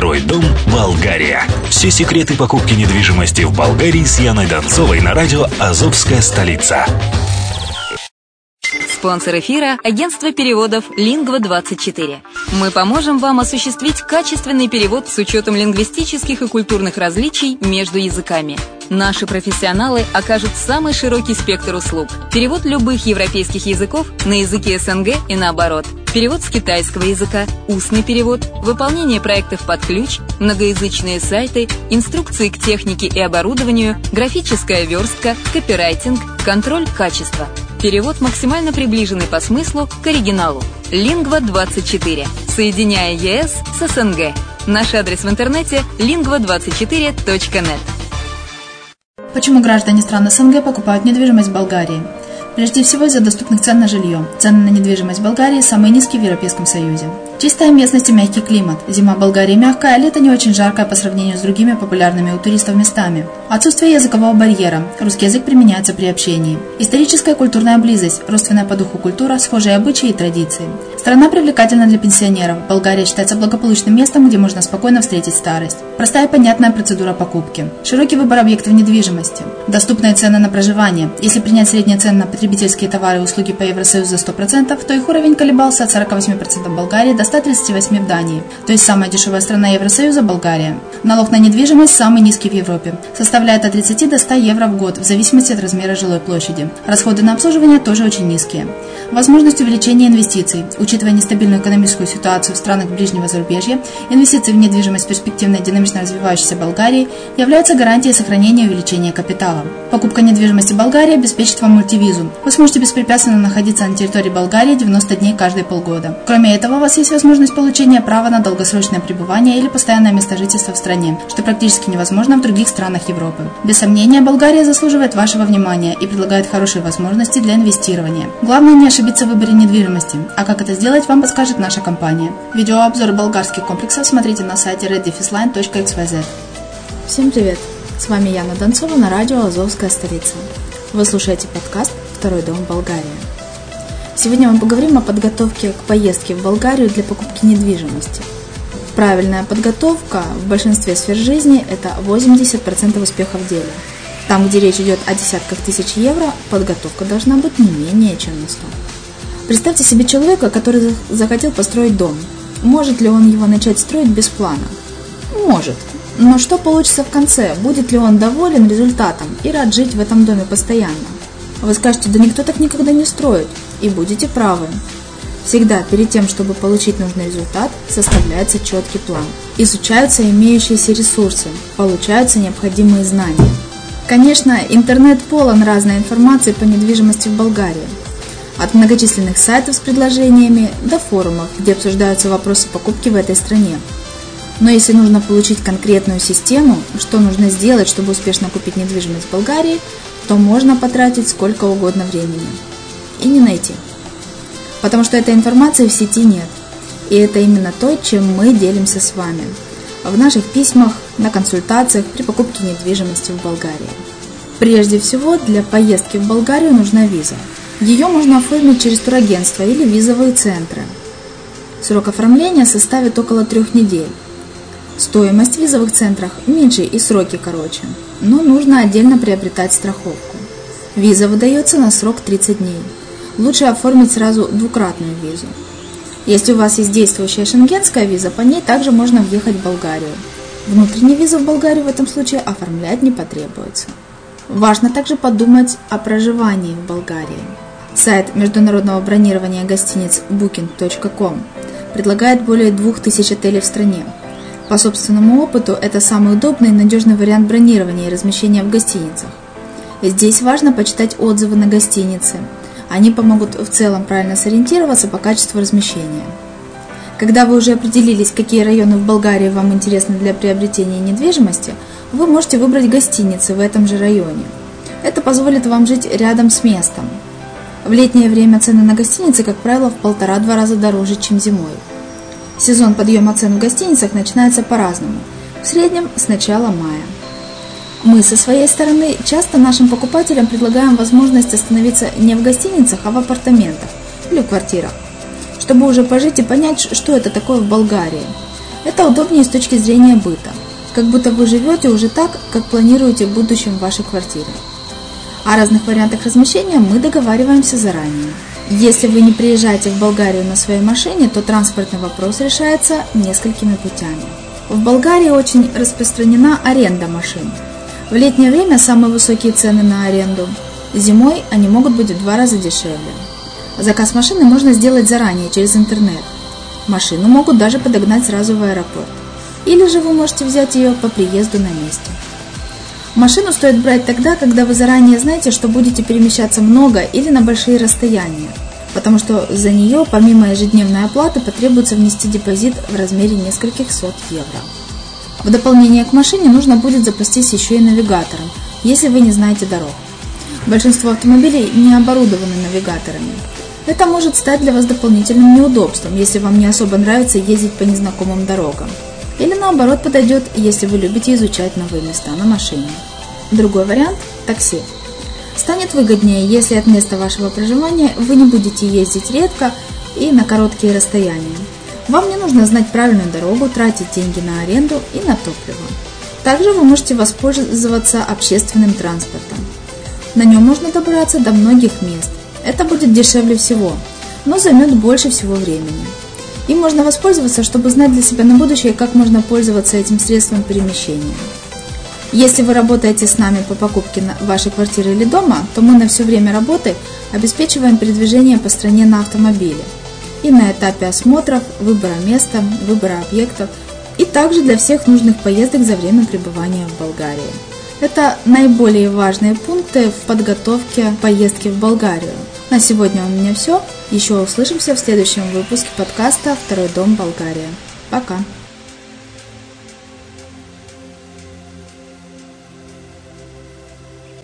Второй дом Болгария. Все секреты покупки недвижимости в Болгарии с Яной Донцовой на радио «Азовская столица». Спонсор эфира – агентство переводов Lingva24. Мы поможем вам осуществить качественный перевод с учетом лингвистических и культурных различий между языками. Наши профессионалы окажут самый широкий спектр услуг. Перевод любых европейских языков на языки СНГ и наоборот. Перевод с китайского языка, устный перевод, выполнение проектов под ключ, многоязычные сайты, инструкции к технике и оборудованию, графическая верстка, копирайтинг, контроль качества. Перевод максимально приближенный по смыслу к оригиналу. Lingva24. Соединяя ЕС с СНГ. Наш адрес в интернете lingva24.net. Почему граждане стран СНГ покупают недвижимость в Болгарии? Прежде всего из-за доступных цен на жилье. Цены на недвижимость в Болгарии самые низкие в Европейском Союзе. Чистая местность и мягкий климат. Зима в Болгарии мягкая, а лето не очень жаркое по сравнению с другими популярными у туристов местами. Отсутствие языкового барьера. Русский язык применяется при общении. Историческая и культурная близость. Родственная по духу культура, схожие обычаи и традиции. Страна привлекательна для пенсионеров. Болгария считается благополучным местом, где можно спокойно встретить старость. Простая и понятная процедура покупки. Широкий выбор объектов недвижимости. Доступные цены на проживание. Если принять средние цены на потребительские товары и услуги по Евросоюзу за 100%, то их уровень колебался от 48% в Болгарии до 138% в Дании. То есть самая дешевая страна Евросоюза – Болгария. Налог на недвижимость самый низкий в Европе. Составляет от 30 до 100 евро в год, в зависимости от размера жилой площади. Расходы на обслуживание тоже очень низкие. Возможность увеличения инвестиций. Учитывая нестабильную экономическую ситуацию в странах ближнего зарубежья, инвестиции в недвижимость перспективной и динамично развивающейся Болгарии являются гарантией сохранения и увеличения капитала. Покупка недвижимости в Болгарии обеспечит вам мультивизу. Вы сможете беспрепятственно находиться на территории Болгарии 90 дней каждые полгода. Кроме этого, у вас есть возможность получения права на долгосрочное пребывание или постоянное место жительства в стране, что практически невозможно в других странах Европы. Без сомнения, Болгария заслуживает вашего внимания и предлагает хорошие возможности для инвестирования. Главное не ошибиться в выборе недвижимости, а как это сделать, вам подскажет наша компания. Видеообзор болгарских комплексов смотрите на сайте reddefisline.xyz. Всем привет! С вами Яна Донцова на радио «Азовская столица». Вы слушаете подкаст «Второй дом Болгария». Сегодня мы поговорим о подготовке к поездке в Болгарию для покупки недвижимости. Правильная подготовка в большинстве сфер жизни – это 80% успеха в деле. Там, где речь идет о десятках тысяч евро, подготовка должна быть не менее чем на 100. Представьте себе человека, который захотел построить дом. Может ли он его начать строить без плана? Может. Но что получится в конце? Будет ли он доволен результатом и рад жить в этом доме постоянно? Вы скажете, да никто так никогда не строит. И будете правы. Всегда перед тем, чтобы получить нужный результат, составляется четкий план. Изучаются имеющиеся ресурсы, получаются необходимые знания. Конечно, интернет полон разной информации по недвижимости в Болгарии. От многочисленных сайтов с предложениями до форумов, где обсуждаются вопросы покупки в этой стране. Но если нужно получить конкретную систему, что нужно сделать, чтобы успешно купить недвижимость в Болгарии, то можно потратить сколько угодно времени. И не найти. Потому что этой информации в сети нет. И это именно то, чем мы делимся с вами. В наших письмах, на консультациях при покупке недвижимости в Болгарии. Прежде всего, для поездки в Болгарию нужна виза. Ее можно оформить через турагентство или визовые центры. Срок оформления составит около 3 недель. Стоимость в визовых центрах меньше и сроки короче, но нужно отдельно приобретать страховку. Виза выдается на срок 30 дней. Лучше оформить сразу двукратную визу. Если у вас есть действующая шенгенская виза, по ней также можно въехать в Болгарию. Внутреннюю визу в Болгарию в этом случае оформлять не потребуется. Важно также подумать о проживании в Болгарии. Сайт международного бронирования гостиниц booking.com предлагает более 2000 отелей в стране. По собственному опыту, это самый удобный и надежный вариант бронирования и размещения в гостиницах. Здесь важно почитать отзывы на гостиницы. Они помогут в целом правильно сориентироваться по качеству размещения. Когда вы уже определились, какие районы в Болгарии вам интересны для приобретения недвижимости, вы можете выбрать гостиницы в этом же районе. Это позволит вам жить рядом с местом. В летнее время цены на гостиницы, как правило, в 1,5-2 раза дороже, чем зимой. Сезон подъема цен в гостиницах начинается по-разному, в среднем с начала мая. Мы со своей стороны часто нашим покупателям предлагаем возможность остановиться не в гостиницах, а в апартаментах или в квартирах, чтобы уже пожить и понять, что это такое в Болгарии. Это удобнее с точки зрения быта, как будто вы живете уже так, как планируете в будущем в вашей квартире. О разных вариантах размещения мы договариваемся заранее. Если вы не приезжаете в Болгарию на своей машине, то транспортный вопрос решается несколькими путями. В Болгарии очень распространена аренда машин. В летнее время самые высокие цены на аренду. Зимой они могут быть в 2 раза дешевле. Заказ машины можно сделать заранее через интернет. Машину могут даже подогнать сразу в аэропорт. Или же вы можете взять ее по приезду на месте. Машину стоит брать тогда, когда вы заранее знаете, что будете перемещаться много или на большие расстояния, потому что за нее, помимо ежедневной оплаты, потребуется внести депозит в размере нескольких сот евро. В дополнение к машине нужно будет запастись еще и навигатором, если вы не знаете дорог. Большинство автомобилей не оборудованы навигаторами. Это может стать для вас дополнительным неудобством, если вам не особо нравится ездить по незнакомым дорогам. Или наоборот подойдет, если вы любите изучать новые места на машине. Другой вариант – такси. Станет выгоднее, если от места вашего проживания вы не будете ездить редко и на короткие расстояния. Вам не нужно знать правильную дорогу, тратить деньги на аренду и на топливо. Также вы можете воспользоваться общественным транспортом. На нем можно добраться до многих мест. Это будет дешевле всего, но займет больше всего времени. Им можно воспользоваться, чтобы знать для себя на будущее, как можно пользоваться этим средством перемещения. Если вы работаете с нами по покупке вашей квартиры или дома, то мы на все время работы обеспечиваем передвижение по стране на автомобиле и на этапе осмотров, выбора места, выбора объектов и также для всех нужных поездок за время пребывания в Болгарии. Это наиболее важные пункты в подготовке поездки в Болгарию. На сегодня у меня все. Еще услышимся в следующем выпуске подкаста «Второй дом Болгария». Пока!